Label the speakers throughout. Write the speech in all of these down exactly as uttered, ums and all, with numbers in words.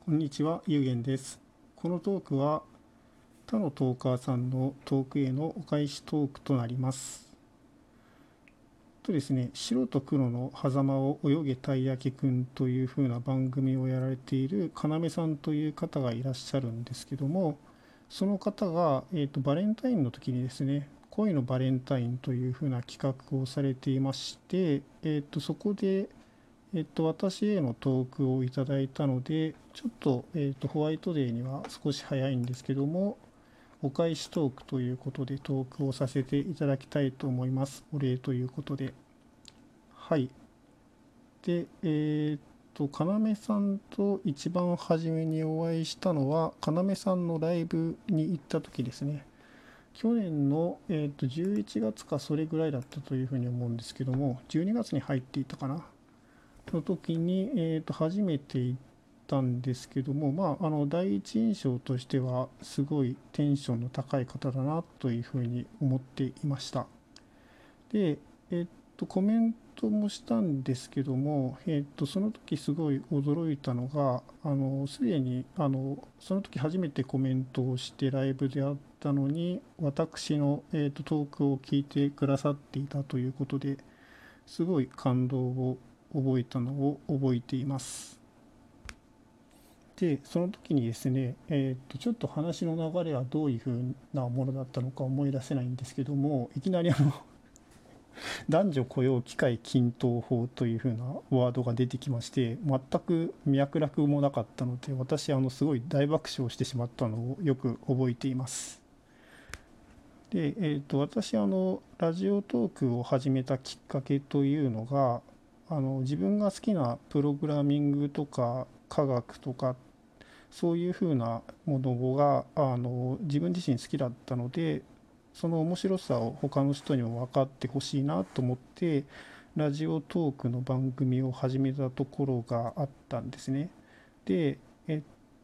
Speaker 1: こんにちは、ゆうげんです。このトークは他のトーカーさんのトークへのお返しトークとなります。とですね、白と黒の狭間を泳げたいやきくんという風な番組をやられているかなめさんという方がいらっしゃるんですけども、その方が、えーと、バレンタインの時にですね、恋のバレンタインという風な企画をされていまして、えーと、そこでえっと、私へのトークをいただいたので、ちょっと、えっと、ホワイトデーには少し早いんですけども、お返しトークということでトークをさせていただきたいと思います。お礼ということで。はい。で、えっと、かなめさんと一番初めにお会いしたのは、かなめさんのライブに行った時ですね。去年の、えっと、じゅういちがつかそれぐらいだったというふうに思うんですけども、じゅうにがつに入っていたかな。の時に、えー、と初めて行ったんですけども、まあ、あの第一印象としてはすごいテンションの高い方だなというふうに思っていました。で、えっと、コメントもしたんですけども、えっと、その時すごい驚いたのが、あの、すでに、あの、その時初めてコメントをしてライブであったのに、私の、えっと、トークを聞いてくださっていたということで、すごい感動を覚えたのを覚えています。で、その時にですね、えーっと、ちょっと話の流れはどういうふうなものだったのか思い出せないんですけども、いきなりあの男女雇用機会均等法というふうなワードが出てきまして、全く脈絡もなかったので、私、あのすごい大爆笑してしまったのをよく覚えています。で、えーっと、私、あの、ラジオトークを始めたきっかけというのが、あの自分が好きなプログラミングとか科学とかそういうふうなものがあの自分自身好きだったので、その面白さを他の人にも分かってほしいなと思ってラジオトークの番組を始めたところがあったんですね。でえ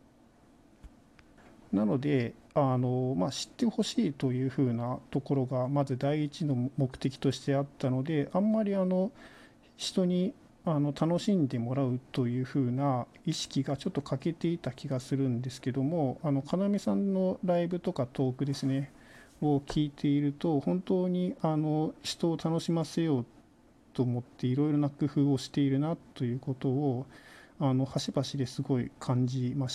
Speaker 1: なのであの、まあ、知ってほしいというふうなところがまず第一の目的としてあったので、あんまりあの人にあの楽しんでもらうという風な意識がちょっと欠けていた気がするんですけども、あの要さんのライブとかトークですねを聞いていると、本当にあの人を楽しませようと思っていろいろな工夫をしているなということをあの端々ですごい感じました。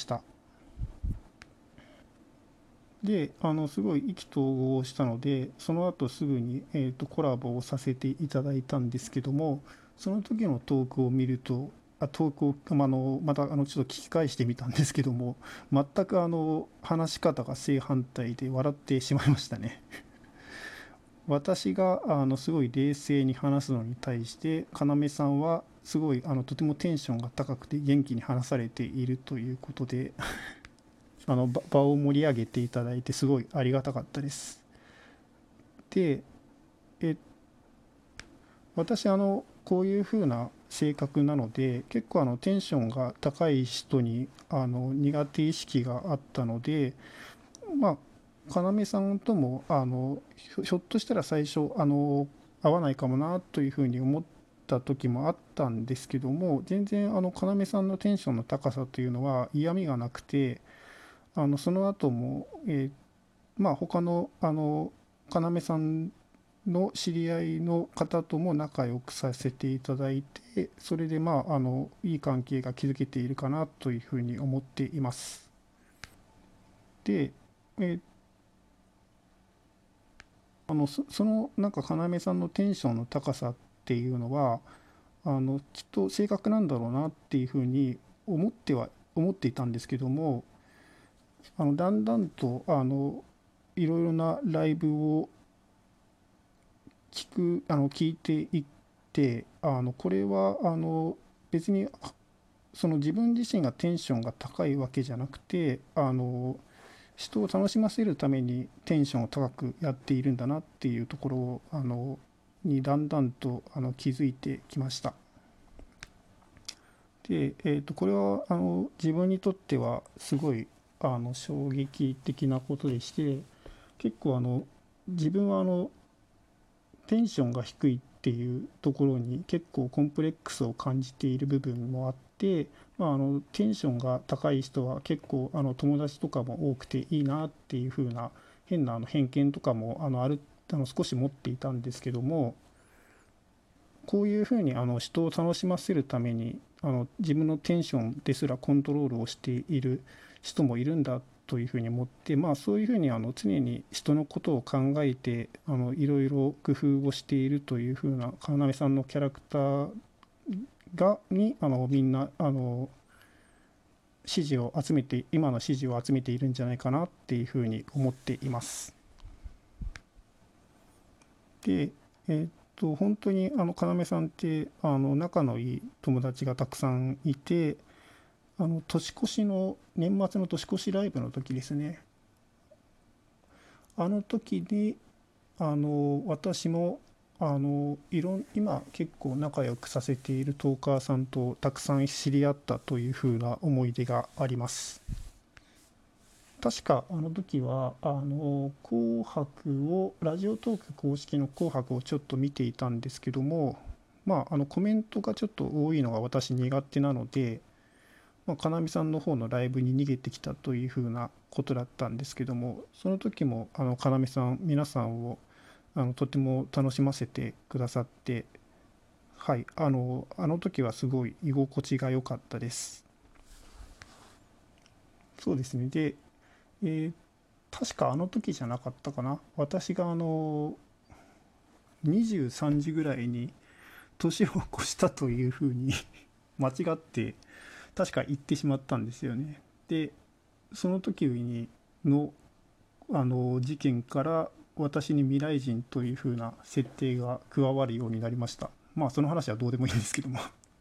Speaker 1: で、あのすごい意気投合したので、その後すぐに、えーとコラボをさせていただいたんですけども、その時のトークを見ると、あトークを、まあのまたあのちょっと聞き返してみたんですけども、全くあの話し方が正反対で笑ってしまいましたね。私があのすごい冷静に話すのに対して、要さんはすごいあのとてもテンションが高くて元気に話されているということで、あの場を盛り上げていただいてすごいありがたかったです。で、え私あのこういう風な性格なので、結構あのテンションが高い人にあの苦手意識があったので、まあ要さんともあのひょっとしたら最初あの合わないかもなというふうに思った時もあったんですけども、全然あの要さんのテンションの高さというのは嫌味がなくて、あのその後も、えーまあ他のあの要さんの知り合いの方とも仲良くさせていただいて、それでまああのいい関係が築けているかなというふうに思っています。で、えーあのそそのなんか要さんのテンションの高さっていうのは、あのきっと性格なんだろうなっていうふうに思っては思っていたんですけども、あのだんだんとあのいろいろなライブを聞くあの聞いていって、あのこれはあの別にその自分自身がテンションが高いわけじゃなくて、あの人を楽しませるためにテンションを高くやっているんだなっていうところをあのにだんだんとあの気づいてきました。で、えー、とこれはあの自分にとってはすごいあの衝撃的なことでして、結構あの自分はあのテンションが低いっていうところに結構コンプレックスを感じている部分もあって、まあ、あのテンションが高い人は結構あの友達とかも多くていいなっていう風な変なあの偏見とかもあのあるあの少し持っていたんですけども、こういうふうにあの人を楽しませるためにあの自分のテンションですらコントロールをしている人もいるんだというふうに思って、まあ、そういうふうにあの常に人のことを考えてあのいろいろ工夫をしているというふうな要さんのキャラクターがにあのみんなあの支持を集めて今の支持を集めているんじゃないかなっていうふうに思っています。で、えーっと本当にあの要さんってあの仲のいい友達がたくさんいて、あの年越しの年末の年越しライブの時ですね、あの時にあの私もあのいろん今結構仲良くさせているトーカーさんとたくさん知り合ったというふうな思い出があります。確かあの時はあの紅白をラジオトーク公式の紅白をちょっと見ていたんですけども、まああのコメントがちょっと多いのが私苦手なので、まあ、かなみさんの方のライブに逃げてきたというふうなことだったんですけども、その時もあのかなみさん皆さんをあのとても楽しませてくださって、はい、あのあの時はすごい居心地が良かったです。そうですね。で、えー確かあの時じゃなかったかな、私があのにじゅうさんじぐらいに年を越したというふうに間違って確か言ってしまったんですよね。でその時にのあの事件から私に未来人というふうな設定が加わるようになりました。まあその話はどうでもいいんですけども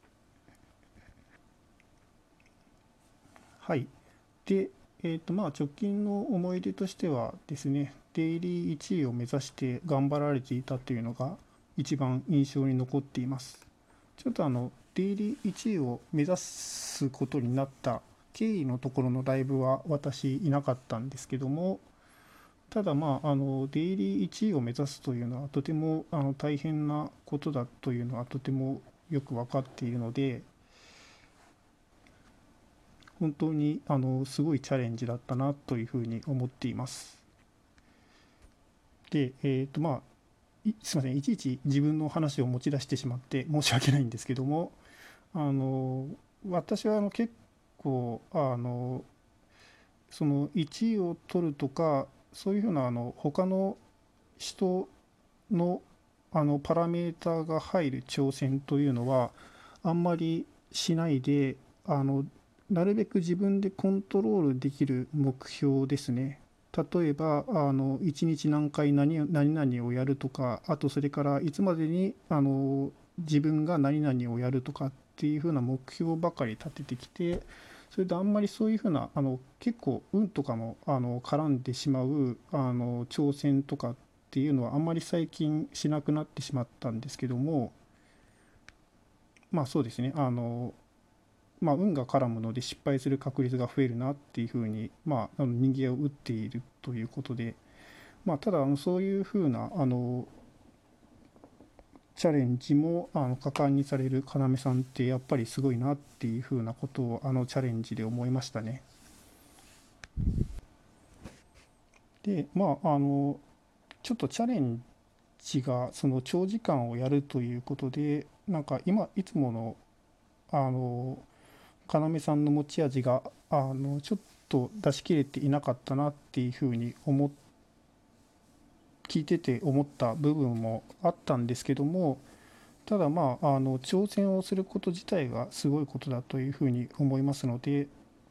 Speaker 1: はい。で、えーとまあ、直近の思い出としてはですね、デイリーいちいを目指して頑張られていたというのが一番印象に残っています。ちょっとあの、デイリーいちいを目指すことになった経緯のところのライブは私いなかったんですけども、ただまあ、あの、デイリーいちいを目指すというのはとてもあの大変なことだというのはとてもよく分かっているので、本当にあのすごいチャレンジだったなというふうに思っています。で、えっとまあ、いすいません、いちいち自分の話を持ち出してしまって申し訳ないんですけども、あの私はあの結構あのそのいちいを取るとかそういうふうなあの他の人のあのパラメーターが入る挑戦というのはあんまりしないで、あのなるべく自分でコントロールできる目標ですね。例えばあのいちにち何回何何々をやるとか、あとそれからいつまでにあの自分が何々をやるとかっていうふうな目標ばかり立ててきて、それであんまりそういうふうなあの結構運とかもあの絡んでしまうあの挑戦とかっていうのはあんまり最近しなくなってしまったんですけども、まあそうですね、あのまあ、運が絡むので失敗する確率が増えるなっていうふうに、まあ、あの人間を打っているということで、まあ、ただあのそういうふうなあのチャレンジもあの果敢にされる要さんってやっぱりすごいなっていうふうなことをあのチャレンジで思いましたね。でまああのちょっとチャレンジがその長時間をやるということで、なんか今いつものあの要さんの持ち味があのちょっと出し切れていなかったなっていうふうに思っ聞いてて思った部分もあったんですけども、ただまああの挑戦をすること自体がすごいことだというふうに思いますので、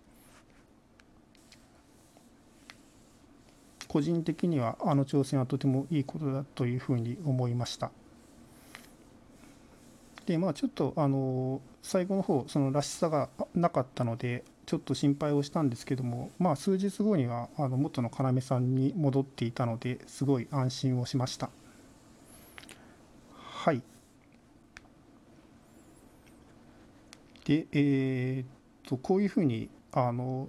Speaker 1: 個人的にはあの挑戦はとてもいいことだというふうに思いました。でまあちょっとあの最後の方そのらしさがなかったのでちょっと心配をしたんですけども、まあ数日後にはあの元の要さんに戻っていたのですごい安心をしました。はい。でえーっとこういうふうにあの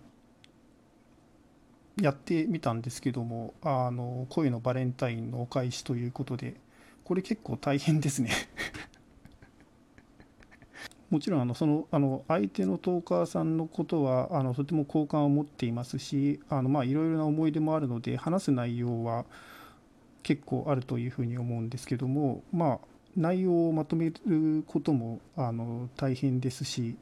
Speaker 1: やってみたんですけども、あの恋のバレンタインのお返しということで、 これ結構大変ですねもちろんあのそのあの相手のトーカーさんのことはあのとても好感を持っていますし、あのまあいろいろな思い出もあるので話す内容は結構あるというふうに思うんですけども、まあ内容をまとめることもあの大変ですし、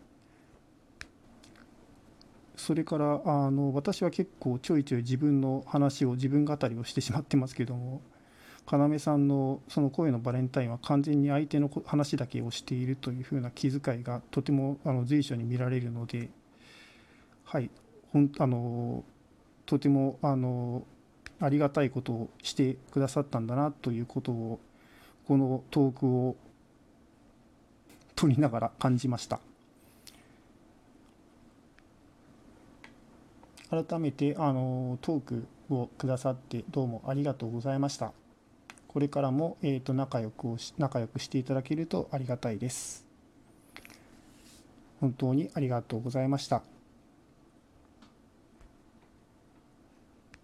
Speaker 1: それからあの私は結構ちょいちょい自分の話を自分語りをしてしまってますけども、要さんのその声のバレンタインは完全に相手の話だけをしているというふうな気遣いがとてもあの随所に見られるので、はい、ほんあのとてもあのありがたいことをしてくださったんだなということをこのトークを取りながら感じました。改めてあのトークをくださってどうもありがとうございました。これからも、えーと仲良くをし仲良くしていただけるとありがたいです。本当にありがとうございました。